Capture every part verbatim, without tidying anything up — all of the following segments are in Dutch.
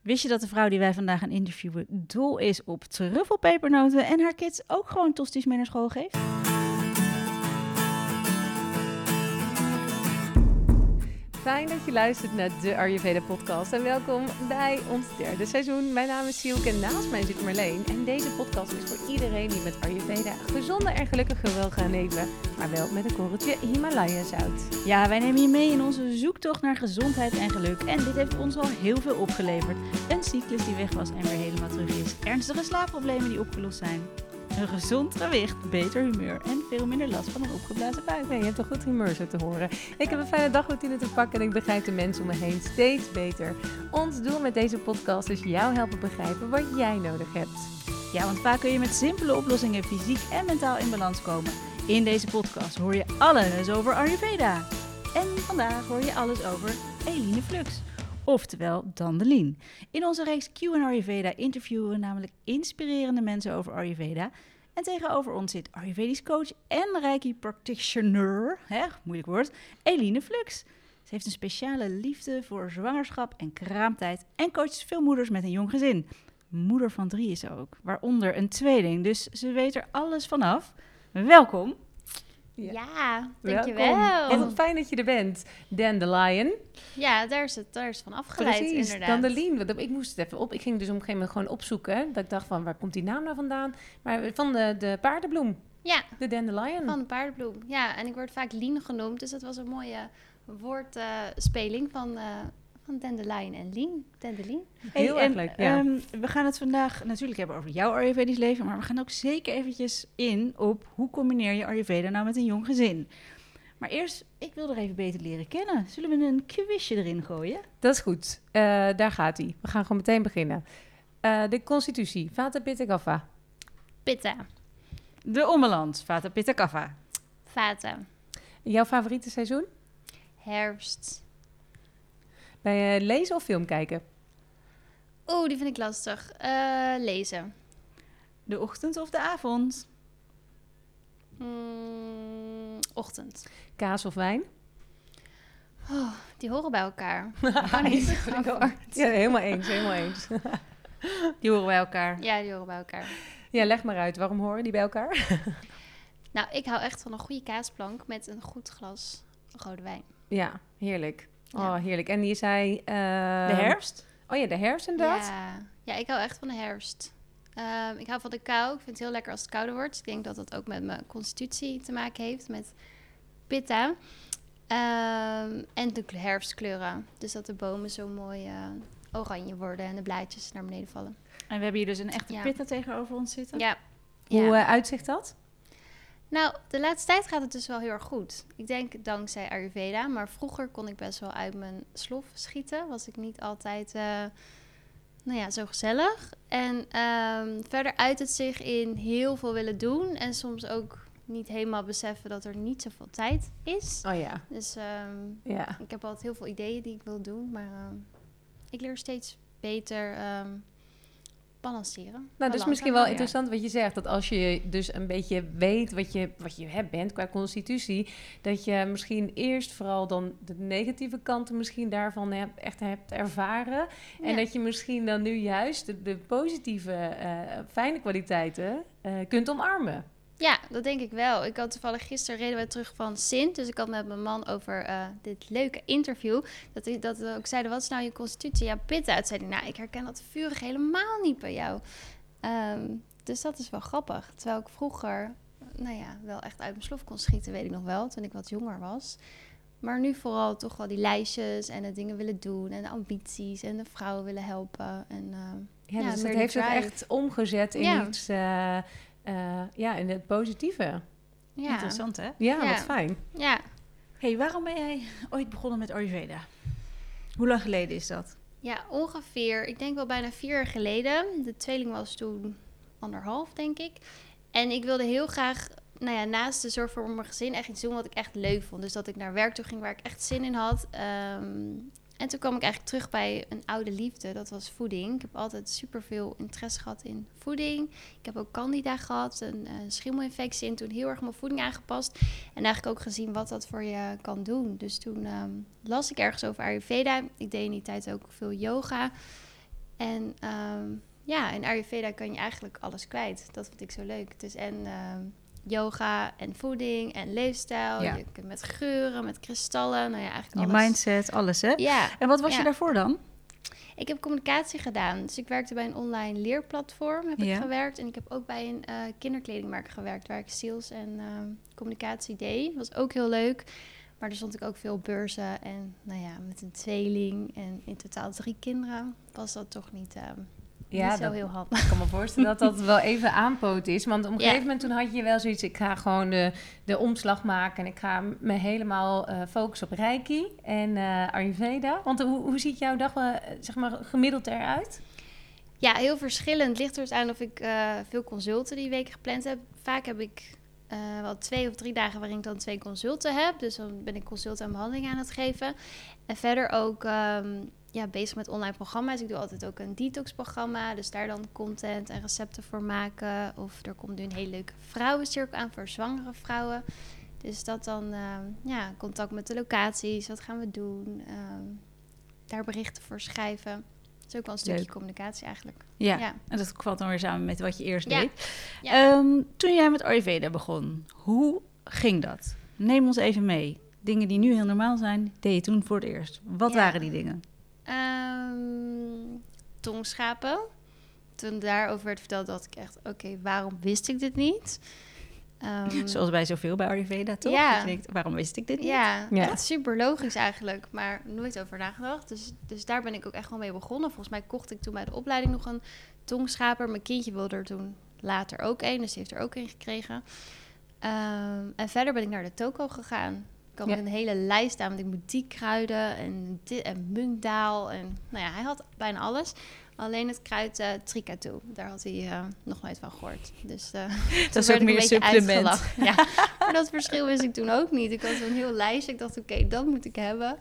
Wist je dat de vrouw die wij vandaag gaan interviewen dol is op truffelpepernoten en haar kids ook gewoon tosties mee naar school geeft? Fijn dat je luistert naar de Ayurveda podcast en welkom bij ons derde seizoen. Mijn naam is Sielke en naast mij zit Marleen. En deze podcast is voor iedereen die met Ayurveda gezonder en gelukkiger wil gaan leven, maar wel met een korreltje Himalaya zout. Ja, wij nemen je mee in onze zoektocht naar gezondheid en geluk. En dit heeft ons al heel veel opgeleverd. Een cyclus die weg was en weer helemaal terug is. Ernstige slaapproblemen die opgelost zijn. Een gezond gewicht, beter humeur en veel minder last van een opgeblazen buik. Nee, je hebt een goed humeur zo te horen. Ik heb een fijne dagroutine te pakken en ik begrijp de mensen om me heen steeds beter. Ons doel met deze podcast is jou helpen begrijpen wat jij nodig hebt. Ja, want vaak kun je met simpele oplossingen fysiek en mentaal in balans komen. In deze podcast hoor je alles over Ayurveda. En vandaag hoor je alles over Eline Flux. Oftewel Dandelien. In onze reeks Q en Ayurveda interviewen we namelijk inspirerende mensen over Ayurveda. En tegenover ons zit Ayurvedisch coach en Reiki practitioner, hè, moeilijk woord, Eline Flux. Ze heeft een speciale liefde voor zwangerschap en kraamtijd en coacht veel moeders met een jong gezin. Moeder van drie is ze ook, waaronder een tweeling, dus ze weet er alles vanaf. Welkom. Ja, ja dankjewel. Welkom. En wat fijn dat je er bent, Dandelion. Ja, daar is het daar is van afgeleid. Precies, inderdaad. Dandelien. Ik moest het even op. Ik ging dus op een gegeven moment gewoon opzoeken. Dat ik dacht van, waar komt die naam nou vandaan? Maar van de, de paardenbloem. Ja. De Dandelion. Van de paardenbloem. Ja, en ik word vaak Lien genoemd. Dus dat was een mooie woordspeling uh, van, uh, van Dandelion en Lien. Dandelien. Heel hey, erg leuk, ja. Um, we gaan het vandaag natuurlijk hebben over jouw Ayurvedisch leven, maar we gaan ook zeker eventjes in op hoe combineer je Ayurveda nou met een jong gezin. Maar eerst, ik wil er even beter leren kennen. Zullen we een quizje erin gooien? Dat is goed. Uh, daar gaat hij. We gaan gewoon meteen beginnen. Uh, de constitutie. Vata, Pitta, Kapha. Pitta. De ommeland. Vata, Pitta, Kapha. Vata. Jouw favoriete seizoen? Herfst. Bij uh, lezen of film kijken? Oeh, die vind ik lastig. Uh, lezen. De ochtend of de avond? Mm, ochtend. Kaas of wijn? Oh, die horen bij elkaar. niet. Ja, helemaal eens, helemaal eens. Die horen bij elkaar. Ja, die horen bij elkaar. Ja, leg maar uit. Waarom horen die bij elkaar? Nou, ik hou echt van een goede kaasplank met een goed glas rode wijn. Ja, heerlijk. Oh, Ja. heerlijk. En je zei... Uh... De herfst? Oh ja, de herfst inderdaad. Ja, ja, ik hou echt van de herfst. Um, ik hou van de kou. Ik vind het heel lekker als het kouder wordt. Ik denk dat dat ook met mijn constitutie te maken heeft. Met pitta. Um, en de herfstkleuren. Dus dat de bomen zo mooi uh, oranje worden en de blaadjes naar beneden vallen. En we hebben hier dus een echte Ja. pitta tegenover ons zitten. Ja. Hoe ja. uh, uitzicht dat? Nou, de laatste tijd gaat het dus wel heel erg goed. Ik denk dankzij Ayurveda. Maar vroeger kon ik best wel uit mijn slof schieten. Was ik niet altijd... Uh, Nou ja, zo gezellig. En um, verder uit het zich in heel veel willen doen. En soms ook niet helemaal beseffen dat er niet zoveel tijd is. Oh ja. Dus um, ja. ik heb altijd heel veel ideeën die ik wil doen. Maar um, ik leer steeds beter um, balanceren. Nou, dat Balans is misschien wel ja. interessant wat je zegt. Dat als je dus een beetje weet wat je, wat je hebt, bent qua constitutie, dat je misschien eerst vooral dan de negatieve kanten misschien daarvan hebt, echt hebt ervaren. Ja. En dat je misschien dan nu juist de, de positieve, uh, fijne kwaliteiten uh, kunt omarmen. Ja, dat denk ik wel. Ik had toevallig gisteren reden we terug van Sint. Dus ik had met mijn man over uh, dit leuke interview. Dat, ik, dat we ook zeiden, wat is nou je constitutie? Ja, pitta. Toen zei hij, nou, ik herken dat vurig helemaal niet bij jou. Um, dus dat is wel grappig. Terwijl ik vroeger, nou ja, wel echt uit mijn slof kon schieten, weet ik nog wel. Toen ik wat jonger was. Maar nu vooral toch wel die lijstjes en de dingen willen doen. En de ambities en de vrouwen willen helpen. En, uh, ja, ja, dus het heeft zich echt omgezet in ja. iets... Uh, Uh, ja, in het positieve. Ja. Interessant, hè? Ja, ja. wat fijn. Ja. Hey, waarom ben jij ooit begonnen met Ayurveda? Hoe lang geleden is dat? Ja, ongeveer, ik denk wel bijna vier jaar geleden. De tweeling was toen anderhalf, denk ik. En ik wilde heel graag, nou ja, naast de zorg voor mijn gezin echt iets doen wat ik echt leuk vond. Dus dat ik naar werk toe ging waar ik echt zin in had. Um, en toen kwam ik eigenlijk terug bij een oude liefde. Dat was voeding. Ik heb altijd superveel interesse gehad in voeding. Ik heb ook candida gehad, een, een schimmelinfectie. En toen heel erg mijn voeding aangepast. En eigenlijk ook gezien wat dat voor je kan doen. Dus toen um, las ik ergens over Ayurveda. Ik deed in die tijd ook veel yoga. En um, ja, in Ayurveda kan je eigenlijk alles kwijt. Dat vind ik zo leuk. Het is en um, yoga en voeding en leefstijl. Ja. Je kunt met geuren, met kristallen. Nou ja, eigenlijk Je alles. mindset, alles hè? Ja. En wat was ja. je daarvoor dan? Ik heb communicatie gedaan. Dus ik werkte bij een online leerplatform, heb Ja. ik gewerkt. En ik heb ook bij een uh, kinderkledingmerk gewerkt, waar ik sales en uh, communicatie deed. Dat was ook heel leuk. Maar er stond ik ook veel op beurzen. En nou ja, met een tweeling en in totaal drie kinderen was dat toch niet, uh, ja, niet zo dat, heel handig. Ik kan me voorstellen dat dat wel even aanpoot is. Want op een Ja. gegeven moment toen had je wel zoiets... ik ga gewoon de, de omslag maken... en ik ga me helemaal uh, focussen op Reiki en uh, Ayurveda. Want hoe, hoe ziet jouw dag uh, zeg maar gemiddeld eruit? Ja, heel verschillend. Het ligt er dus aan of ik uh, veel consulten die week gepland heb. Vaak heb ik uh, wel twee of drie dagen waarin ik dan twee consulten heb. Dus dan ben ik consulten en behandeling aan het geven. En verder ook um, ja, bezig met online programma's. Ik doe altijd ook een detox-programma. Dus daar dan content en recepten voor maken. Of er komt nu een hele leuke vrouwencirkel aan voor zwangere vrouwen. Dus dat dan uh, ja, contact met de locaties. Wat gaan we doen? Um, daar berichten voor schrijven. Dat is ook wel een stukje Leuk. Communicatie eigenlijk. Ja. Ja. En dat valt dan weer samen met wat je eerst Ja. deed. Ja. Um, toen jij met Ayurveda begon, hoe ging dat? Neem ons even mee. Dingen die nu heel normaal zijn, deed je toen voor het eerst. Wat Ja. waren die dingen? Um, tongschapen. Toen daarover werd verteld, dacht ik echt... Oké, okay, waarom wist ik dit niet? Um, Zoals bij zoveel bij Ayurveda, toch? Ja. Dat je denkt, waarom wist ik dit niet? Ja, Ja. dat is super logisch eigenlijk, maar nooit over nagedacht. Dus, dus daar ben ik ook echt wel mee begonnen. Volgens mij kocht ik toen bij de opleiding nog een tongschaper. Mijn kindje wilde er toen later ook een, dus die heeft er ook een gekregen. Um, en verder ben ik naar de toko gegaan. Ik had Ja. een hele lijst aan, want ik moet die kruiden en, dit, en munkdaal. En nou ja, hij had bijna alles. Alleen het kruid uh, Trikatu, daar had hij uh, nog nooit van gehoord. Dus uh, dat is ook meer supplement. Ja, maar dat verschil wist ik toen ook niet. Ik had zo'n heel lijstje. Ik dacht, oké, okay, dat moet ik hebben.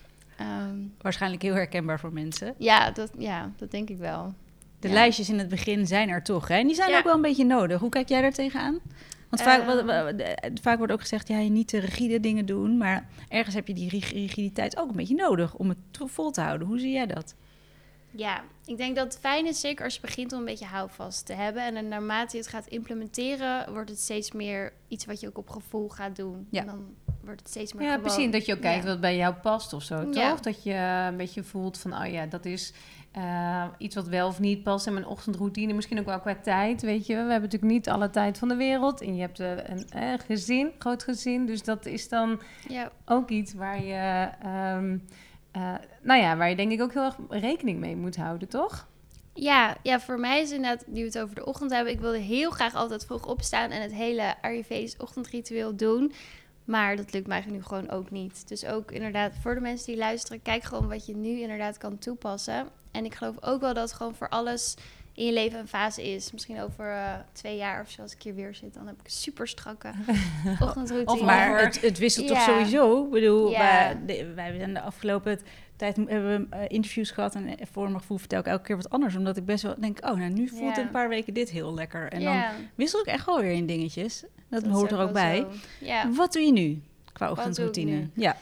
Um, Waarschijnlijk heel herkenbaar voor mensen. Ja, dat, ja, dat denk ik wel. De ja. lijstjes in het begin zijn er toch, hè? En die zijn Ja. ook wel een beetje nodig. Hoe kijk jij daar tegenaan? Want Uh, vaak, wat, wat, vaak wordt ook gezegd, ja, je niet te rigide dingen doen. Maar ergens heb je die rigiditeit ook een beetje nodig om het vol te houden. Hoe zie jij dat? Ja, ik denk dat het fijn is, zeker als je begint om een beetje houvast te hebben. En dan naarmate je het gaat implementeren, wordt het steeds meer iets wat je ook op gevoel gaat doen. Ja. En dan wordt het steeds meer Ja, gewoon. precies. Dat je ook kijkt Ja. wat bij jou past of zo, toch? Ja. Dat je een beetje voelt van, oh ja, dat is uh, iets wat wel of niet past in mijn ochtendroutine. Misschien ook wel qua tijd, weet je. We hebben natuurlijk niet alle tijd van de wereld. En je hebt uh, een uh, gezin, groot gezin. Dus dat is dan Ja. ook iets waar je... Um, Uh, nou ja, waar je denk ik ook heel erg rekening mee moet houden, toch? Ja, ja, voor mij is inderdaad, nu we het over de ochtend hebben... ik wilde heel graag altijd vroeg opstaan en het hele Ayurvedisch ochtendritueel doen. Maar dat lukt mij nu gewoon ook niet. Dus ook inderdaad, voor de mensen die luisteren... kijk gewoon wat je nu inderdaad kan toepassen. En ik geloof ook wel dat het gewoon voor alles in je leven een fase is. Misschien over uh, twee jaar of zo, als ik hier weer zit... dan heb ik een super strakke ochtendroutine. Of maar het, het wisselt Ja. toch sowieso? Ik bedoel, Ja. wij, de, wij zijn de afgelopen tijd hebben we uh, interviews gehad... en voor mijn gevoel vertel ik elke keer wat anders. Omdat ik best wel denk, oh, nou, nu voelt Ja. een paar weken dit heel lekker. En Ja. dan wissel ik echt wel weer in dingetjes. Dat, Dat hoort is er ook wel bij. zo. Ja. Wat doe je nu qua doe ik ochtendroutine? nu? Ja.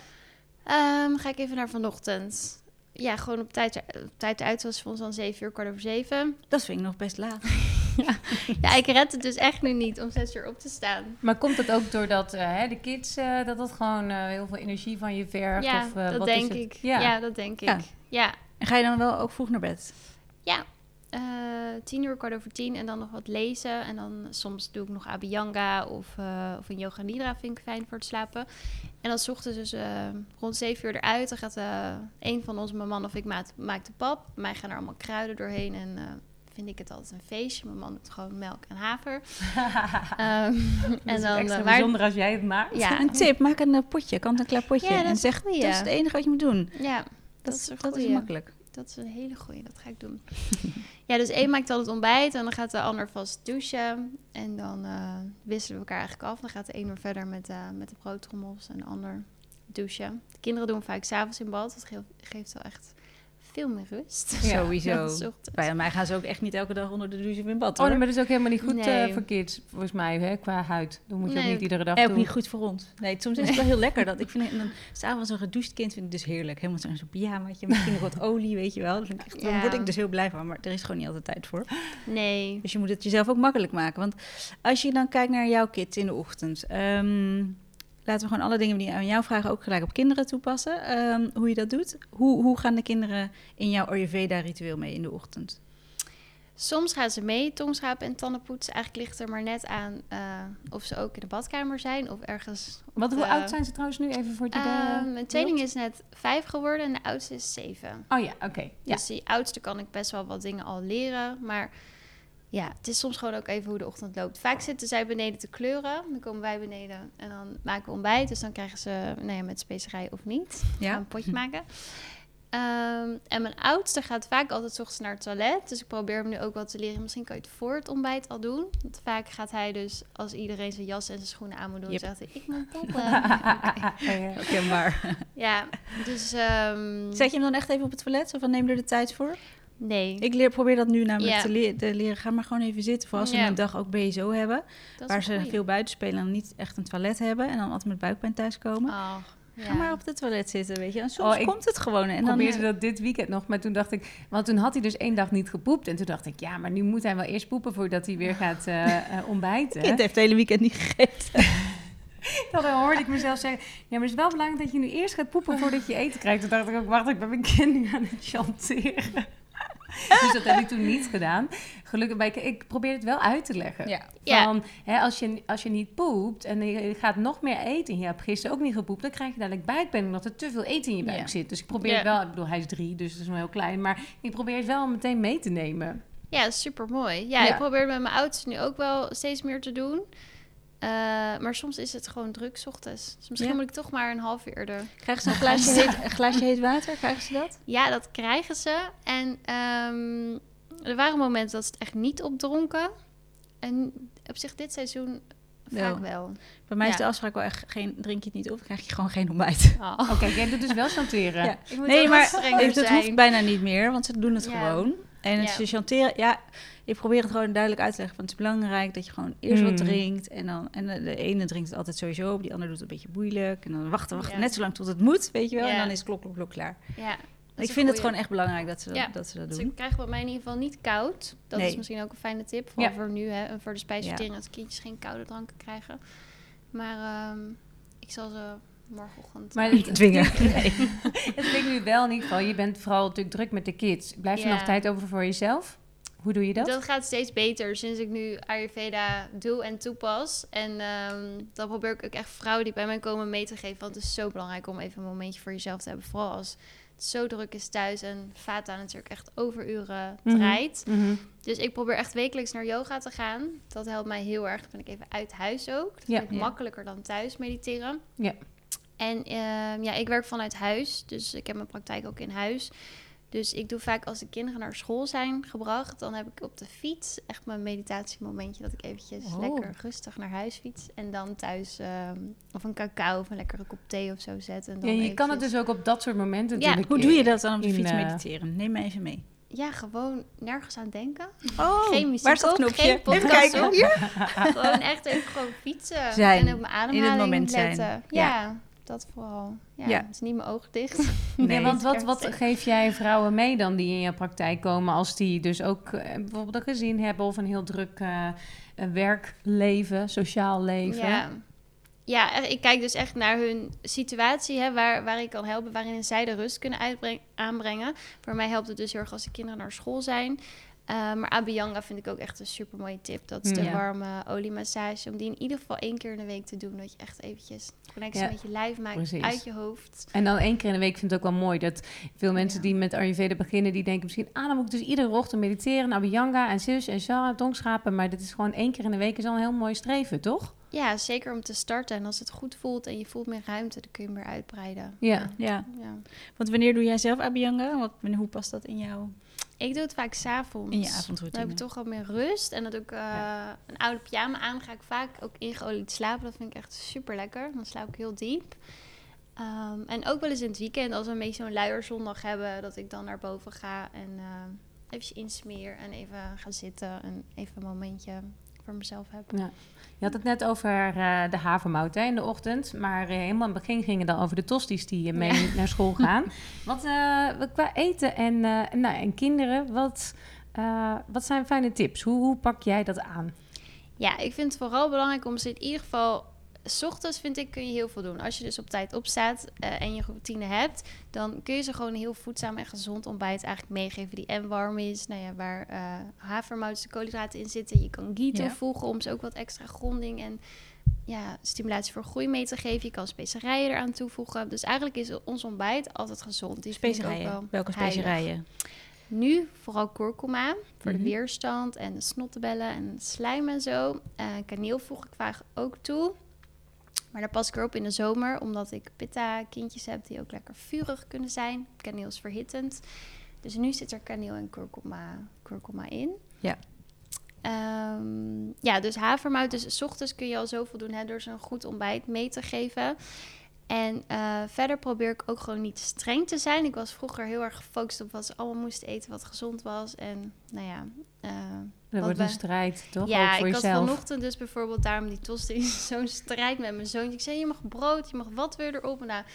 Um, ga ik even naar vanochtend. Ja, gewoon op tijd, op tijd uit was voor ons dan zeven uur, kwart over zeven. Dat vind ik nog best laat. ja. ja, ik red het dus echt nu niet om zes uur op te staan. Maar komt het ook doordat uh, hè, de kids, uh, dat dat gewoon uh, heel veel energie van je vergt? Ja, of, uh, dat wat denk is het? ik. Ja. Ja, dat denk ik. Ja. Ja, En ga je dan wel ook vroeg naar bed? ja. Uh, tien uur, kwart over tien en dan nog wat lezen. En dan soms doe ik nog Abhyanga of, uh, of een yoga nidra, vind ik fijn voor het slapen. En dan 's ochtends dus uh, rond zeven uur eruit. Dan gaat uh, een van ons, mijn man of ik, maakt, maakt de pap. Bij mij gaan er allemaal kruiden doorheen en... Uh, vind ik het altijd een feestje. Mijn man doet gewoon melk en haver. um, en dan extra uh, bijzonder als jij het maakt. Ja. Een tip, maak een uh, potje, kant-en-klaar potje. Ja, dat en is zeg, een goeie. dat is het enige wat je moet doen. Ja, Dat, dat is, is een dat is goeie. makkelijk. Dat is een hele goeie, dat ga ik doen. ja, dus één maakt dan het ontbijt en dan gaat de ander vast douchen. En dan uh, wisselen we elkaar eigenlijk af. Dan gaat de een weer verder met, uh, met de broodtrommels en de ander douchen. De kinderen doen vaak 's avonds in bad. Dat geeft, geeft wel echt veel meer rust. Ja. Sowieso. Dan 's ochtends. Bij mij gaan ze ook echt niet elke dag onder de douche of in bad, Oh, hoor. nee, maar dat is ook helemaal niet goed Nee. uh, voor kids, volgens mij, hè, qua huid. Dan moet je Nee. ook niet iedere dag En ook doen. niet goed voor ons. Nee, soms is het wel heel lekker. Dat ik vind en dan s'avonds een gedoucht kind vind ik dus heerlijk. Helemaal zo'n zo'n pyjamaatje, misschien nog wat olie, weet je wel. Dat vind ik echt, dan Ja. word ik dus heel blij van. Maar er is gewoon niet altijd tijd voor. Nee. Dus je moet het jezelf ook makkelijk maken. Want als je dan kijkt naar jouw kids in de ochtend. ehm, laten we gewoon alle dingen die aan jou vragen ook gelijk op kinderen toepassen. Ehm, hoe je dat doet. Hoe, hoe gaan de kinderen in jouw Ayurveda-ritueel mee in de ochtend? Soms gaan ze mee, tongschrapen en tandenpoetsen. Eigenlijk ligt er maar net aan uh, of ze ook in de badkamer zijn of ergens... op Wat, hoe de- oud zijn ze trouwens nu, even voor het idee? Uh, mijn tweeling is net vijf geworden en de oudste is zeven. Oh ja, oké. Okay. Ja. Dus die oudste kan ik best wel wat dingen al leren. Maar ja, het is soms gewoon ook even hoe de ochtend loopt. Vaak zitten zij beneden te kleuren. Dan komen wij beneden en dan maken we ontbijt. Dus dan krijgen ze, nou ja, met specerij of niet. Ja. Gaan een potje maken. Um, en mijn oudste gaat vaak altijd 's ochtends naar het toilet. Dus ik probeer hem nu ook wel te leren. Misschien kan je het voor het ontbijt al doen. Want vaak gaat hij dus, als iedereen zijn jas en zijn schoenen aan moet doen, Yep. zegt hij, ik moet poppen. Oké, okay, maar. Ja, dus... Um, Zet je hem dan echt even op het toilet? Of dan neem je er de tijd voor? Nee. Ik leer, probeer dat nu namelijk Ja. te, leer, te leren. Ga maar gewoon even zitten. Voor als ze Ja. een dag ook B S O hebben. Dat is Waar een ze goeie. veel buiten spelen en niet echt een toilet hebben. En dan altijd met buikpijn thuiskomen. Oh, Ga ja. maar op het toilet zitten, weet je. En soms Oh, ik komt het gewoon. En Ik dan probeerde dat dit weekend nog, maar toen dacht ik... Want toen had hij dus één dag niet gepoept. En toen dacht ik, ja, maar nu moet hij wel eerst poepen voordat hij weer gaat uh, uh, ontbijten. Het kind heeft het hele weekend niet gegeten. Dan hoorde ik mezelf zeggen, ja, maar het is wel belangrijk dat je nu eerst gaat poepen voordat je eten krijgt. Toen dacht ik ook, wacht, ik ben mijn kind nu aan het chanteren. Dus dat heb ik toen niet gedaan. Gelukkig, maar ik, ik probeer het wel uit te leggen. Ja. Van, hè, als, je, als je niet poept en je gaat nog meer eten... en je hebt gisteren ook niet gepoept... dan krijg je dadelijk buikpijn omdat er te veel eten in je buik Ja. zit. Dus ik probeer Ja. het wel... Ik bedoel, hij is drie, dus dat is nog heel klein. Maar ik probeer het wel meteen mee te nemen. Ja, super mooi. Ja, Ja. ik probeer het met mijn oudste nu ook wel steeds meer te doen. Uh, maar soms is het gewoon druk 's ochtends. Dus misschien Ja. moet ik toch maar een half uur eerder. Krijgen ze een glaasje heet, een glaasje heet water? Krijgen ze dat? Ja, dat krijgen ze. En um, er waren momenten dat ze het echt niet opdronken. En op zich dit seizoen vaak Wel. wel. Bij mij Ja. is de afspraak wel echt, geen, drink je het niet op, dan krijg je gewoon geen ontbijt. Oh. Oké, okay, jij doet dus wel chanteren. Ja. Ik moet Nee, ook maar wat strenger dat zijn. hoeft bijna niet meer, want ze doen het Ja. gewoon. En het Ja. ze chanteren, ja, ik probeer het gewoon duidelijk uit te leggen. Want het is belangrijk dat je gewoon eerst Mm. wat drinkt. En, dan, en de, de ene drinkt het altijd sowieso op, die andere doet het een beetje moeilijk. En dan wachten, wachten, Ja. net zo lang tot het moet, weet je wel. En Ja. dan is klok, klok, klok klaar. Ja, dat is Ik een vind het goeie. gewoon echt belangrijk dat ze dat, Ja. dat, ze dat Dus doen. ik krijg bij mij in ieder geval niet koud. Dat Nee. is misschien ook een fijne tip. Vooral Ja. voor nu, hè. En voor de spijsvertering, als kindjes geen koude dranken krijgen. Maar um, ik zal ze morgenochtend... Maar uh, het- Dwingen. Nee. Het klinkt nu wel in ieder geval. Je bent vooral natuurlijk druk met de kids. Blijft er Ja. nog tijd over voor jezelf? Hoe doe je dat? Dat gaat steeds beter sinds ik nu Ayurveda doe en toepas. En um, dan probeer ik ook echt vrouwen die bij mij komen mee te geven. Want het is zo belangrijk om even een momentje voor jezelf te hebben. Vooral als het zo druk is thuis en Vata natuurlijk echt overuren Mhm. draait. Mhm. Dus ik probeer echt wekelijks naar yoga te gaan. Dat helpt mij heel erg. Dan ben ik even uit huis ook. Dat Ja. vind ik Ja. makkelijker dan thuis mediteren. Ja. En um, ja, ik werk vanuit huis. Dus ik heb mijn praktijk ook in huis. Dus ik doe vaak als de kinderen naar school zijn gebracht, dan heb ik op de fiets echt mijn meditatiemomentje dat ik eventjes Oh. lekker rustig naar huis fiets. En dan thuis um, of een cacao of een lekkere kop thee of zo zetten. En dan Ja, je kan het eventjes- dus ook op dat soort momenten Ja. natuurlijk. Hoe doe je dat dan op de in, fiets eh, mediteren? Neem me even mee. Ja, gewoon nergens aan denken. Oh, Geen muziek waar is dat op, knopje? geen Even podcast kijken. op. Hier. Gewoon echt even gewoon fietsen. Zijn. En op mijn ademhaling moment zijn. letten. Ja. Ja, dat vooral. Ja, Ja. het is niet mijn ogen dicht. Nee. Ja, want wat, Echt. wat geef jij vrouwen mee dan die in je praktijk komen... als die dus ook eh, bijvoorbeeld een gezin hebben... of een heel druk eh, eh, werkleven, sociaal leven? Ja. Ja, ik kijk dus echt naar hun situatie, hè, waar, waar ik kan helpen, waarin zij de rust kunnen uitbreng- aanbrengen. Voor mij helpt het dus heel erg als de kinderen naar school zijn. Uh, maar Abhyanga vind ik ook echt een super mooie tip. Dat is de Ja. warme oliemassage. Om die in ieder geval één keer in de week te doen. Dat je echt eventjes connectie Ja, met je lijf maakt, precies. uit je hoofd. En dan één keer in de week vind ik het ook wel mooi... dat veel mensen Ja. die met Ayurveda beginnen... die denken misschien... ah, dan moet ik dus iedere ochtend mediteren... Abhyanga en zus en zo, dongschapen. Maar dit is gewoon één keer in de week... is al een heel mooi streven, toch? Ja, zeker om te starten. En als het goed voelt en je voelt meer ruimte, dan kun je meer uitbreiden. Ja. Ja, Ja. want wanneer doe jij zelf Abhyanga? Wat, hoe past dat in jou, Ik doe het vaak 's avonds. in je Dan avondroutine? heb ik toch wat meer rust. En dat doe ik uh, Ja. een oude pyjama aan. Ga ik vaak ook ingeolied slapen. Dat vind ik echt super lekker. Dan slaap ik heel diep. Um, en ook wel eens in het weekend, als we een beetje zo'n luierzondag hebben, dat ik dan naar boven ga en uh, even insmeer en even ga zitten en even een momentje voor mezelf heb. Ja. Je had het net over uh, de havermout hè, in de ochtend, maar uh, helemaal in het begin ging het dan over de tosties die uh, mee ja. naar school gaan. Wat uh, qua eten en, uh, nou, en kinderen, wat, uh, wat zijn fijne tips? Hoe, hoe pak jij dat aan? Ja, ik vind het vooral belangrijk om ze in ieder geval... 's ochtends vind ik kun je heel veel doen. Als je dus op tijd opstaat uh, en je routine hebt, dan kun je ze gewoon heel voedzaam en gezond ontbijt eigenlijk meegeven die en warm is. Nou ja, waar uh, havermout, de koolhydraten in zitten. Je kan ghee Ja. toevoegen om ze ook wat extra gronding en ja, stimulatie voor groei mee te geven. Je kan specerijen eraan toevoegen. Dus eigenlijk is ons ontbijt altijd gezond. Die vind ik ook Specerijen. wel Welke heilig. specerijen? Nu vooral kurkuma voor Mhm. de weerstand en de snottebellen en het slijm en zo. Uh, kaneel voeg ik vaak ook toe. Maar daar pas ik erop in de zomer, omdat ik pitta-kindjes heb die ook lekker vurig kunnen zijn. Kaneel is verhittend. Dus nu zit er kaneel en kurkuma, kurkuma in. Ja. Um, ja, dus havermout. Dus 's ochtends kun je al zoveel doen hè, door ze een goed ontbijt mee te geven. En uh, verder probeer ik ook gewoon niet streng te zijn. Ik was vroeger heel erg gefocust op wat ze allemaal moesten eten, wat gezond was. En nou ja... Uh, Er wordt we, een strijd, toch? ja, ook voor ik jezelf. had vanochtend dus bijvoorbeeld daarom die tosti, zo'n strijd met mijn zoontje. Ik zei, je mag brood, je mag wat weer erop. En nou,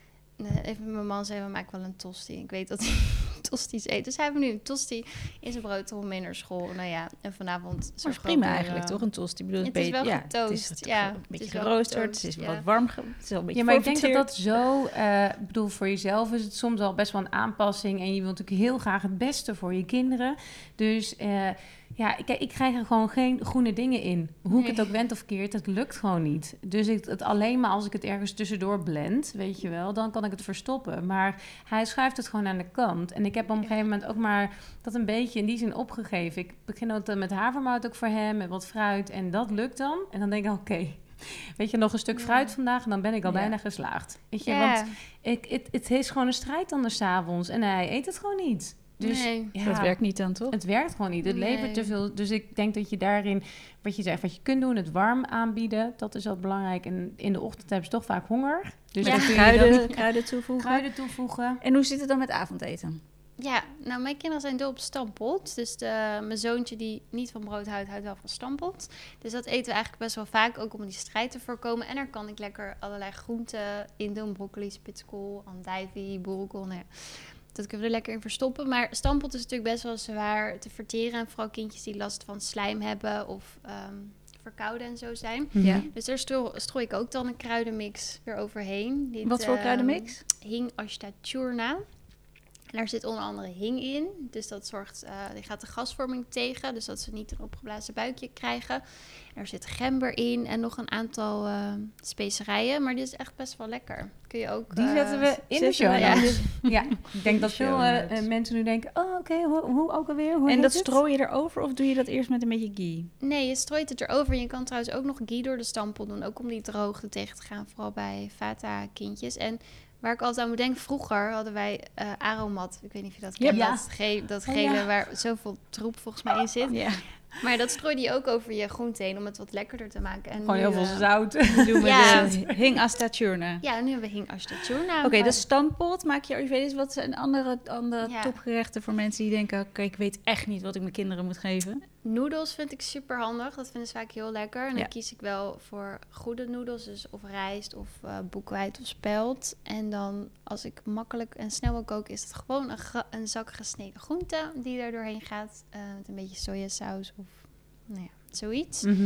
even mijn man zei, we maken wel een tosti. Ik weet dat hij tosti's eet. Dus hij heeft nu een tosti in zijn brood om mee naar school. Nou ja, en vanavond... Maar is prima weer, eigenlijk, uh, toch? Een tosti. Ik bedoel, het is wel ja, getoast. Het is het, ja, een beetje het is geroosterd. Het is ja. wat warm. Het is wel een beetje Ja, maar ik denk dat dat zo... Uh, ik bedoel, voor jezelf is het soms al best wel een aanpassing. En je wilt natuurlijk heel graag het beste voor je kinderen. Dus... Uh, Ja, ik, ik krijg er gewoon geen groene dingen in. Hoe nee. ik het ook wend of keert, het lukt gewoon niet. Dus ik, het alleen maar als ik het ergens tussendoor blend, weet je wel, dan kan ik het verstoppen. Maar hij schuift het gewoon aan de kant. En ik heb op een gegeven moment ook maar dat een beetje in die zin opgegeven. Ik begin ook met havermout ook voor hem, met wat fruit. En dat lukt dan. En dan denk ik, oké, okay, weet je, nog een stuk ja. fruit vandaag en dan ben ik al ja. bijna geslaagd. Weet je, ja. want ik, het, het is gewoon een strijd anders 's avonds. En hij eet het gewoon niet. Dus nee. ja, dat werkt niet dan, toch? Het werkt gewoon niet. Het nee. levert te veel. Dus ik denk dat je daarin, wat je zegt, wat je kunt doen, het warm aanbieden, dat is wat belangrijk. En in de ochtend hebben ze toch vaak honger. Dus ja. kruiden, kruiden toevoegen. Kruiden toevoegen. En hoe zit het dan met avondeten? Ja, nou, mijn kinderen zijn dol op stampot. Dus de, mijn zoontje die niet van brood houdt, houdt wel van stampot. Dus dat eten we eigenlijk best wel vaak, ook om die strijd te voorkomen. En er kan ik lekker allerlei groenten in doen. Broccoli, spitskool, andijvie, boerenkool, nou ja. Dat kunnen we er lekker in verstoppen. Maar stampot is natuurlijk best wel zwaar te verteren. En vooral kindjes die last van slijm hebben of um, verkouden en zo zijn. Ja. Dus daar stro- strooi ik ook dan een kruidenmix weer overheen. Dit, Wat voor um, kruidenmix? Hing ashtatjourna. En daar zit onder andere hing in. Dus dat zorgt, uh, die gaat de gasvorming tegen. Dus dat ze niet een opgeblazen buikje krijgen. Er zit gember in en nog een aantal uh, specerijen. Maar die is echt best wel lekker. Kun je ook... Die uh, zetten we in de show. Ja. ja, ik denk dat veel uh, mensen nu denken... Oh, oké, okay, hoe, hoe ook alweer? Hoe en dat het? strooi je erover of doe je dat eerst met een beetje ghee? Nee, je strooit het erover. Je kan trouwens ook nog ghee door de stampot doen. Ook om die droogte tegen te gaan. Vooral bij Vata-kindjes. En... Waar ik altijd aan moet denken, vroeger hadden wij uh, Aromat. Ik weet niet of je dat kent. Ja. Dat, ge- dat gele oh, ja. waar zoveel troep volgens mij in zit. Ja. Maar dat strooide je ook over je groente heen om het wat lekkerder te maken. En Gewoon nu, heel veel uh, zout. Doen we ja. de hing ashtatjourna. Ja, nu hebben we hing ashtatjourna. Oké, okay, de stampot maak je Ayurvedisch. Wat zijn andere, andere ja. topgerechten voor mensen die denken... Oké, okay, ik weet echt niet wat ik mijn kinderen moet geven? Noedels vind ik super handig. Dat vinden ze vaak heel lekker. En dan ja. kies ik wel voor goede noedels. Dus of rijst of uh, boekweit of spelt. En dan als ik makkelijk en snel wil koken... is het gewoon een, gra- een zak gesneden groente die er doorheen gaat. Uh, met een beetje sojasaus of nou ja, zoiets. Mm-hmm.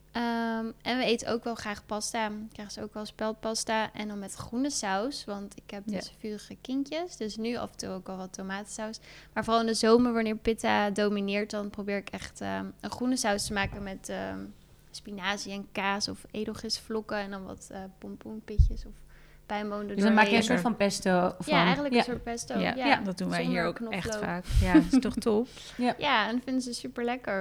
Um, en we eten ook wel graag pasta. Krijgen ze ook wel speldpasta. En dan met groene saus. Want ik heb dus ja. vurige kindjes. Dus nu af en toe ook al wat tomatensaus. Maar vooral in de zomer, wanneer pitta domineert... dan probeer ik echt um, een groene saus te maken met um, spinazie en kaas... of edelgisvlokken en dan wat uh, pompoenpitjes of pijnboonen. Dus dan maak je een soort van pesto van. Ja, eigenlijk ja. een soort pesto. Ja, ja. ja dat doen wij Zonder hier ook knoflook. echt vaak. Ja, dat is toch top. Ja. ja, en dat vinden ze super lekker.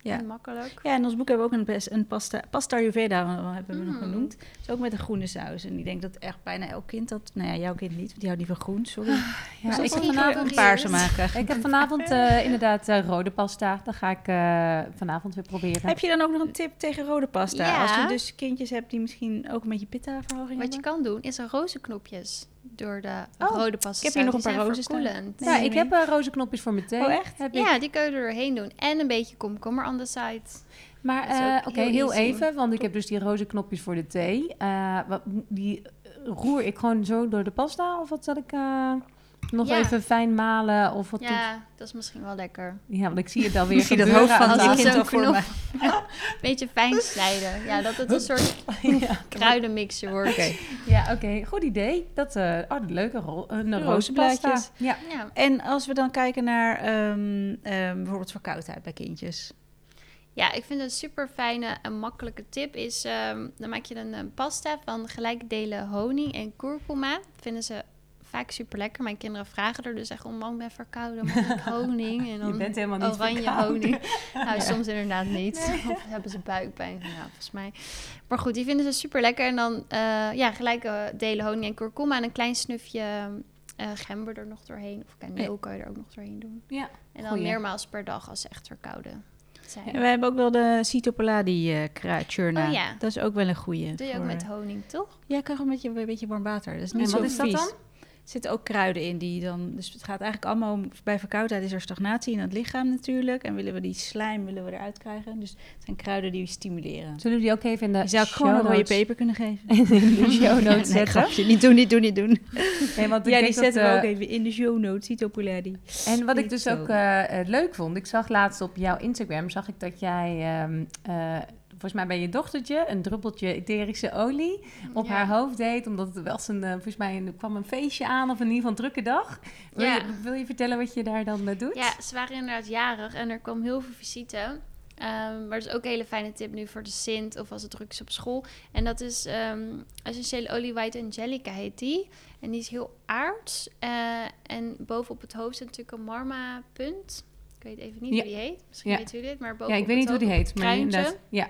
Ja. En makkelijk. Ja, in ons boek hebben we ook een, best, een pasta, pasta Ayurveda, hebben we Mm. nog genoemd. Dus ook met een groene saus. En ik denk dat echt bijna elk kind dat... Nou ja, jouw kind niet, want die houdt niet van groen, sorry. Ja, Dus ik ik heb ga vanavond, een paarse maken. ik heb vanavond uh, inderdaad uh, rode pasta. Dat ga ik uh, vanavond weer proberen. Heb je dan ook nog een tip tegen rode pasta? Ja. Als je dus kindjes hebt die misschien ook een beetje pitta-verhoging Wat je hebben? kan doen, is er rozenknopjes door de Oh, rode pasta. ik heb hier nog een paar rozen rozen staan. verkoelend. Nee, Ja, nee, ik nee. heb uh, roze knopjes voor mijn thee. Oh, echt? Heb ik. Ja, die kun je er doorheen doen. En een beetje komkommer on the side. Maar Dat is uh, ook oké, heel heel easy. even, want ik heb dus die roze knopjes voor de thee. Uh, wat, die roer ik gewoon zo door de pasta? Of wat zal ik uh, nog Ja. even fijn malen? Of wat doe- Ja, dat is misschien wel lekker. ja, want ik zie het alweer Ik zie dat gebeuren. hoofd van aan als je je tafel. kind zo'n al voor knop- mij. Beetje fijn snijden. Ja, dat het een soort Ja. kruidenmixer wordt. Oké. Ja, oké, okay, goed idee. Dat, uh, oh, leuke rol. Uh, een Rozenblaadjes. rozenpasta. Ja. Ja. En als we dan kijken naar um, um, bijvoorbeeld verkoudheid bij kindjes. Ja, ik vind een super fijne en makkelijke tip is... Um, dan maak je een, een pasta van gelijke delen honing en kurkuma. Dat vinden ze vaak super lekker. Mijn kinderen vragen er dus echt om, mam, ik ben verkouden, mag ik honing? En dan Je bent helemaal niet oranje verkouden. honing. Nou, soms inderdaad niet. Nee. Of hebben ze buikpijn, nou, volgens mij. Maar goed, die vinden ze super lekker. En dan uh, ja, gelijke delen honing en kurkuma en een klein snufje... Uh, gember er nog doorheen. Of kaneel Nee. kan je er ook nog doorheen doen. Ja, En dan goeie. meermaals per dag als ze echt verkouden zijn. En we hebben ook wel de Citopoladi uh, kruidchurna. Oh ja. Dat is ook wel een goeie. Doe je ook voor- met honing, toch? Ja, ik kan gewoon met je, een beetje warm water. Dat is niet En zo wat is dat vies. dan? Er zitten ook kruiden in die dan... Dus het gaat eigenlijk allemaal om... Bij verkoudheid is er stagnatie in het lichaam natuurlijk. En willen we die slijm willen we eruit krijgen. Dus het zijn kruiden die we stimuleren. Zullen we die ook even in de Je zou ik gewoon een show rode notes- peper kunnen geven. in de show notes Nee, zetten? grapje. Niet doen, niet doen, niet doen. Nee, want ik Ja, denk die dat, zetten we uh, ook even in de show notes. Citopoladi. En wat ik Niet dus zo. ook uh, uh, leuk vond, ik zag laatst op jouw Instagram, zag ik dat jij, um, uh, volgens mij bij je dochtertje, een druppeltje etherische olie op Ja. haar hoofd deed, omdat er was een, uh, volgens mij een, er kwam een feestje aan of in ieder geval een drukke dag. Wil, Ja. je, wil je vertellen wat je daar dan uh, doet? Ja, ze waren inderdaad jarig en er kwam heel veel visite. Um, maar dat is ook een hele fijne tip nu voor de Sint of als het druk is op school. En dat is um, essentiële olie White Angelica heet die. En die is heel aards. Uh, en bovenop het hoofd zit natuurlijk een marma punt. Ik weet even niet Ja. hoe die heet. Misschien Ja. weet u dit, maar Ja, bovenop ik weet niet hoe het die hoofd, heet, op maar het kruintje. inderdaad, ja.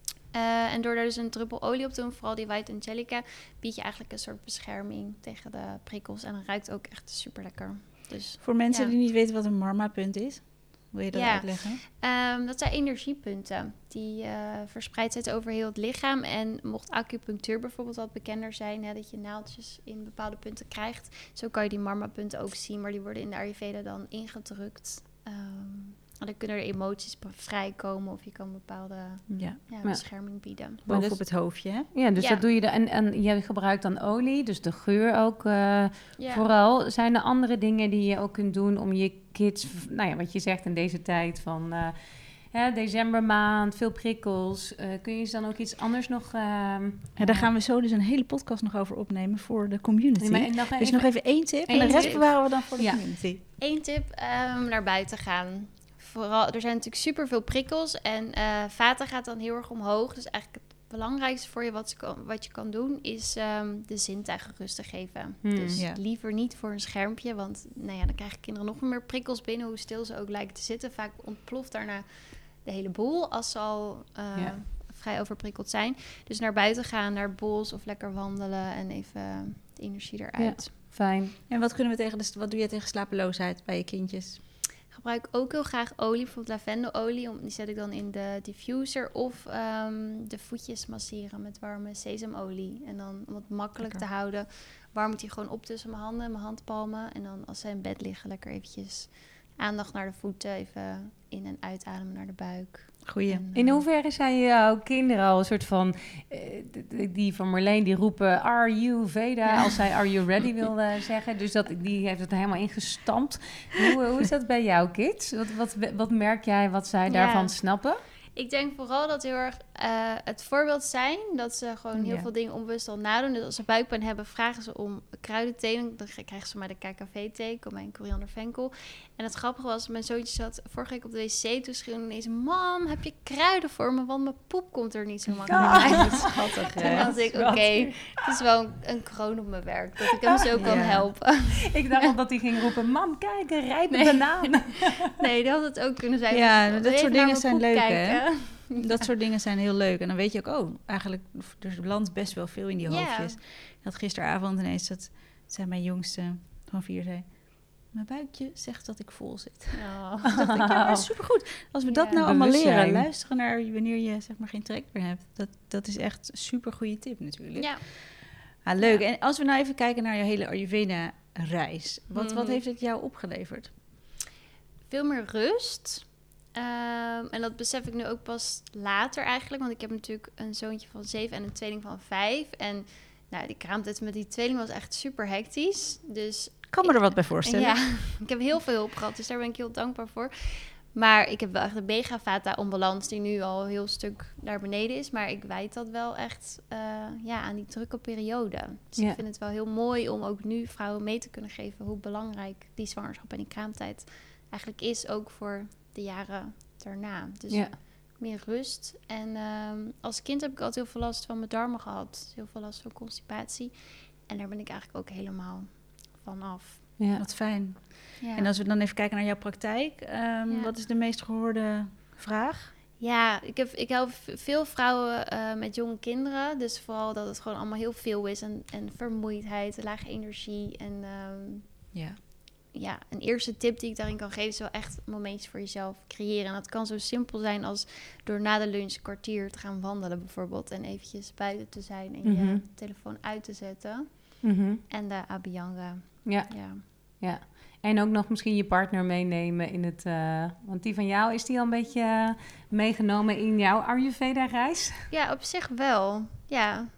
Uh, en door daar dus een druppel olie op te doen, vooral die White Angelica, bied je eigenlijk een soort bescherming tegen de prikkels. En het ruikt ook echt super lekker. Dus Voor mensen Ja. die niet weten wat een marma-punt is. Wil je dat Ja. uitleggen? Um, dat zijn energiepunten die uh, verspreid zijn over heel het lichaam. En mocht acupunctuur bijvoorbeeld wat bekender zijn, hè, dat je naaldjes in bepaalde punten krijgt. Zo kan je die marma-punten ook zien, maar die worden in de Ayurveda dan ingedrukt. Um, en dan kunnen er emoties vrijkomen of je kan bepaalde Ja. ja, Ja. bescherming bieden. Maar Bovenop dus- het hoofdje, hè? Ja, dus Ja. dat doe je dan. En, en je gebruikt dan olie, dus de geur ook uh, Ja. vooral. Zijn er andere dingen die je ook kunt doen om je kids, nou ja, wat je zegt in deze tijd van uh, hè, decembermaand, veel prikkels. Uh, kun je ze dan ook iets anders nog... Uh, Ja, daar gaan we zo dus een hele podcast nog over opnemen voor de community. Nee, maar nog dus even- nog even één tip en Eén de rest tip. bewaren we dan voor de Ja. community. Eén tip, um, naar buiten gaan. Vooral, er zijn natuurlijk superveel prikkels en uh, vata gaat dan heel erg omhoog. Dus eigenlijk het belangrijkste voor je wat, je kan, wat je kan doen is um, de zintuigen rust te geven. Hmm. Dus Ja. liever niet voor een schermpje, want nou ja, dan krijgen kinderen nog meer prikkels binnen, hoe stil ze ook lijken te zitten. Vaak ontploft daarna de hele boel als ze al uh, Ja. vrij overprikkeld zijn. Dus naar buiten gaan, naar het bos of lekker wandelen en even de energie eruit. Fijn. En wat, kunnen we tegen de, wat doe je tegen slapeloosheid bij je kindjes? Gebruik ook heel graag olie, bijvoorbeeld lavendelolie. Om, die zet ik dan in de diffuser. Of um, de voetjes masseren met warme sesamolie. En dan om het makkelijk Lekker. te houden, warm ik die gewoon op tussen mijn handen, mijn handpalmen. En dan als ze in bed liggen, lekker eventjes aandacht naar de voeten. Even in- en uitademen naar de buik. Goeie. En, In uh, hoeverre zijn jouw kinderen al een soort van... eh, d- d- die van Marleen, die roepen Are you Veda? Ja. Als zij Are you ready wil uh, zeggen. Dus dat, die heeft het helemaal ingestampt. Hoe, hoe is dat bij jouw kids? Wat, wat, wat merk jij wat zij Ja. daarvan snappen? Ik denk vooral dat heel erg uh, het voorbeeld zijn dat ze gewoon heel Ja. veel dingen onbewust al nadoen. Dus als ze buikpijn hebben, vragen ze om kruidenthee. Dan krijgen ze maar de K K V-thee, komijn koriander venkel. En het grappige was, mijn zoontje zat vorige week op de wc. Toen schreeuwde ineens, mam, heb je kruiden voor me? Want mijn poep komt er niet zo makkelijk Ah, uit. schattig, Toen hè? dacht ik, oké, okay, het is wel een, een kroon op mijn werk. Dat ik hem zo kan Ja. helpen. Ik dacht al dat hij ging roepen, mam, kijk, een rijpe Nee. banaan. Nee, dat had het ook kunnen zijn. Ja, Dus dat even soort naar dingen mijn zijn poep leuk, hè? kijken. Dat soort dingen zijn heel leuk. En dan weet je ook, oh, eigenlijk, er landt best wel veel in die Ja. hoofdjes. Ik had gisteravond ineens, dat zei mijn jongste van vier, zei, mijn buikje zegt dat ik vol zit. Oh. Toen dacht ik, ja, maar supergoed. Als we dat Ja. nou allemaal Bewustzijn. leren, luisteren naar wanneer je zeg maar geen trek meer hebt. Dat, dat is echt een super goede tip natuurlijk. Ja. Ah, leuk. Ja. En als we nou even kijken naar je hele Ayurveda-reis. Wat, wat Mhm. heeft het jou opgeleverd? Veel meer rust. Ehm, en dat besef ik nu ook pas later eigenlijk. Want ik heb natuurlijk een zoontje van zeven en een tweeling van vijf. En nou, die kraamtijd met die tweeling was echt super hectisch. Dus Ik kan me er wat bij voorstellen. ja, ik heb heel veel hulp gehad. Dus daar ben ik heel dankbaar voor. Maar ik heb wel echt een mega vata onbalans die nu al een heel stuk naar beneden is. Maar ik wijd dat wel echt uh, ja, aan die drukke periode. Dus Ja. ik vind het wel heel mooi om ook nu vrouwen mee te kunnen geven hoe belangrijk die zwangerschap en die kraamtijd eigenlijk is. Ook voor de jaren daarna. Dus Ja. meer rust. En um, als kind heb ik altijd heel veel last van mijn darmen gehad. Heel veel last van constipatie. En daar ben ik eigenlijk ook helemaal van af. Ja. Wat fijn. Ja. En als we dan even kijken naar jouw praktijk. Um, Ja. Wat is de meest gehoorde vraag? Ja, ik, heb, ik help veel vrouwen uh, met jonge kinderen. Dus vooral dat het gewoon allemaal heel veel is. En, en vermoeidheid, lage energie. En um, Ja. ja, een eerste tip die ik daarin kan geven is wel echt momentjes voor jezelf creëren. En dat kan zo simpel zijn als door na de lunch een kwartier te gaan wandelen bijvoorbeeld. En eventjes buiten te zijn en Mhm. je telefoon uit te zetten. Mm-hmm. En de Abhyanga. Ja. Ja. Ja, en ook nog misschien je partner meenemen in het... Uh, want die van jou, is die al een beetje uh, meegenomen in jouw Ayurveda-reis? Ja, op zich wel. Ja.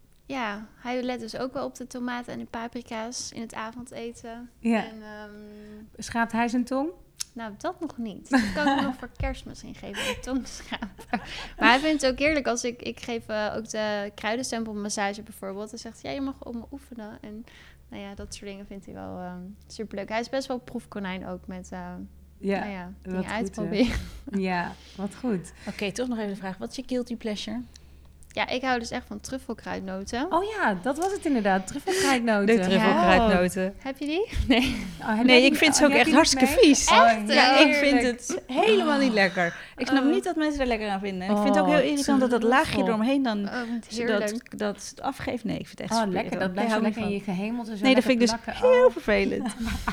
Ja, hij let dus ook wel op de tomaten en de paprika's in het avondeten. Ja. En, um, schaapt hij zijn tong? Nou, dat nog niet. Dat kan ik hem nog voor kerst misschien geven, de tong te schapen. Maar hij vindt het ook heerlijk als ik... Ik geef uh, ook de kruidenstempelmassage bijvoorbeeld. Hij zegt, ja, je mag op me oefenen. En nou ja, dat soort dingen vindt hij wel um, superleuk. Hij is best wel proefkonijn ook met... Uh, ja, nou ja, dingen uitproberen. Ja, wat goed. Oké, okay, toch nog even de vraag. Wat is je guilty pleasure? Ja, ik hou dus echt van truffelkruidnoten. Oh ja, dat was het inderdaad. Truffelkruidnoten. De truffelkruidnoten. Ja. Heb je die? Nee. Oh, nee, ik vind ze ook echt hartstikke vies. Echt? Ja, ik vind het helemaal niet lekker. Ik snap oh. niet dat mensen er lekker aan vinden. En ik vind het ook heel irritant dat dat laagje eromheen dan oh, dat, dat het afgeeft. Nee, ik vind het echt oh, super lekker. Dat blijft zo lekker in je gehemelte. Zo nee, dat vind ik plakken. dus heel oh. vervelend.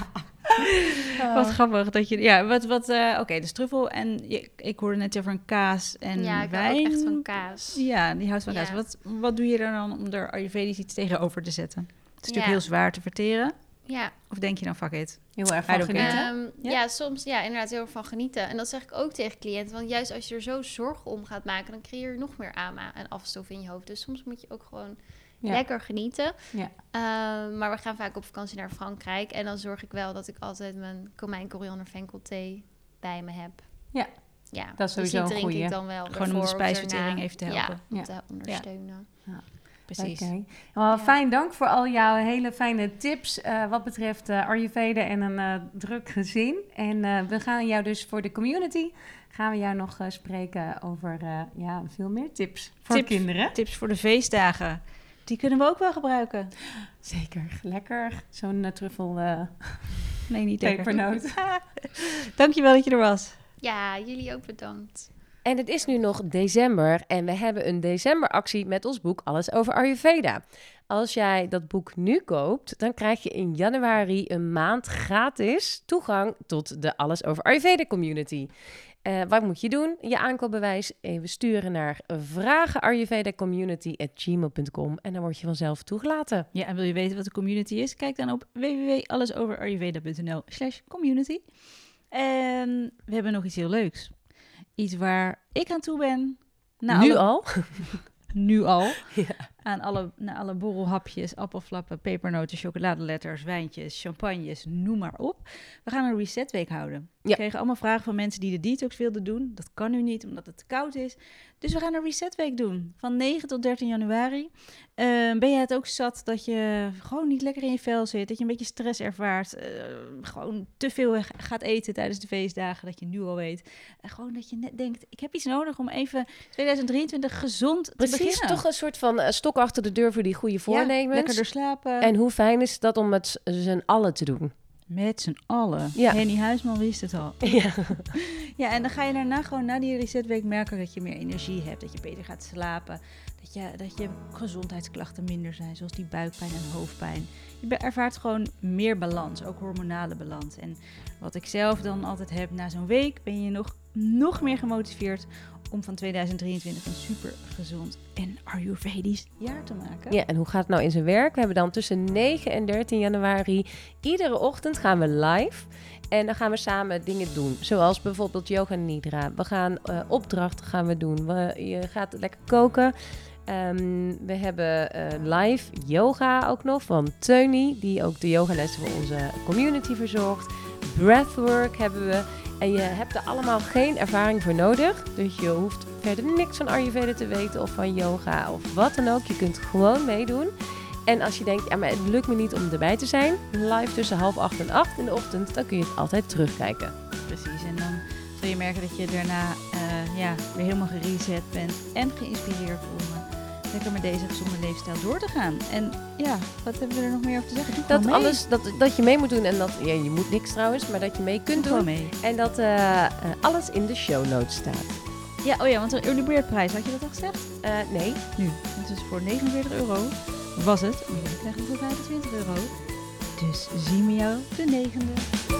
Oh. Wat grappig dat je... Ja, wat... wat uh, Oké, okay, dus truffel en... Je, ik hoorde net over een kaas en ja, ik wijn. Ja, ik hou ook echt van kaas. Ja, die houdt van ja. kaas. Wat, wat doe je er dan om er Ayurvedisch iets tegenover te zetten? Het is natuurlijk ja. heel zwaar te verteren. Ja. Of denk je dan, fuck it? Heel erg van genieten? Um, ja? ja, soms ja, inderdaad heel erg van genieten. En dat zeg ik ook tegen cliënten. Want juist als je er zo zorgen om gaat maken... dan creëer je nog meer ama en afstof in je hoofd. Dus soms moet je ook gewoon... Ja. lekker genieten. Ja. Uh, maar we gaan vaak op vakantie naar Frankrijk. En dan zorg ik wel dat ik altijd mijn komijn koriander venkel thee bij me heb. Ja, ja. Dat is sowieso dus die drink een ik dan wel. Gewoon om de spijsvertering even te helpen. Ja, om te ondersteunen. Ja. Ja. Precies. Okay. Well, ja. Fijn, dank voor al jouw hele fijne tips uh, wat betreft uh, Ayurveda en een uh, druk gezin. En uh, we gaan jou dus voor de community, gaan we jou nog uh, spreken over uh, ja, veel meer tips voor Tip, kinderen. Tips voor de feestdagen. Die kunnen we ook wel gebruiken. Zeker, lekker. Zo'n uh, truffel uh, nee, niet pepernoot. Dankjewel dat je er was. Ja, jullie ook bedankt. En het is nu nog december en we hebben een decemberactie met ons boek Alles over Ayurveda. Als jij dat boek nu koopt, dan krijg je in januari een maand gratis toegang tot de Alles over Ayurveda community. Uh, wat moet je doen? Je aankoopbewijs even sturen naar vragen ayurveda community at gmail dot com en dan word je vanzelf toegelaten. Ja, en wil je weten wat de community is? Kijk dan op w w w punt allesoverayurveda punt n l slash community. En we hebben nog iets heel leuks. Iets waar ik aan toe ben. Nou, nu alle... al? nu al. Ja. aan alle, naar alle borrelhapjes, appelflappen, pepernoten, chocoladeletters, wijntjes, champagnes, noem maar op. We gaan een resetweek houden. We Ja. kregen allemaal vragen van mensen die de detox wilden doen. Dat kan nu niet, omdat het te koud is. Dus we gaan een resetweek doen. Van negen tot dertien januari. Uh, ben je het ook zat dat je gewoon niet lekker in je vel zit? Dat je een beetje stress ervaart? Uh, gewoon te veel gaat eten tijdens de feestdagen, dat je nu al weet. Uh, gewoon dat je net denkt, ik heb iets nodig om even twintig drieëntwintig gezond te Precies, beginnen. toch een soort van uh, stok achter de deur voor die goede voornemens. Ja, lekkerder slapen. En hoe fijn is dat om met z'n allen te doen? Met z'n allen. Ja. Henny Huisman wist het al. Ja. Ja, en dan ga je daarna gewoon na die resetweek merken dat je meer energie hebt. Dat je beter gaat slapen. Dat je, dat je gezondheidsklachten minder zijn, zoals die buikpijn en hoofdpijn. Je ervaart gewoon meer balans, ook hormonale balans. En wat ik zelf dan altijd heb, na zo'n week ben je nog, nog meer gemotiveerd om van tweeduizend drieëntwintig een super gezond en Ayurvedisch jaar te maken. Ja, en hoe gaat het nou in zijn werk? We hebben dan tussen negen en dertien januari, iedere ochtend gaan we live. En dan gaan we samen dingen doen, zoals bijvoorbeeld yoga nidra. We gaan uh, opdrachten gaan we doen. We, je gaat lekker koken. Um, we hebben uh, live yoga ook nog van Teunie, die ook de yogalessen voor onze community verzorgt. Breathwork hebben we. En je hebt er allemaal geen ervaring voor nodig. Dus je hoeft verder niks van Ayurveda te weten of van yoga of wat dan ook. Je kunt gewoon meedoen. En als je denkt, ja, maar het lukt me niet om erbij te zijn, live tussen half acht en acht in de ochtend, dan kun je het altijd terugkijken. Precies, en dan zul je merken dat je daarna uh, ja, weer helemaal gereset bent en geïnspireerd om uh, lekker met deze gezonde leefstijl door te gaan. En ja, wat hebben we er nog meer over te zeggen? Doe Dat, alles, dat, dat je mee moet doen en dat, ja, je moet niks trouwens, maar dat je mee kunt Doe doen. mee. En dat uh, uh, alles in de show notes staat. Ja, oh ja, want een early bird prijs, had je dat al gezegd? Uh, nee. Nu, het is voor negenenveertig euro. Was het, maar jullie krijgen het voor vijfentwintig euro. Dus zien we jou de negende.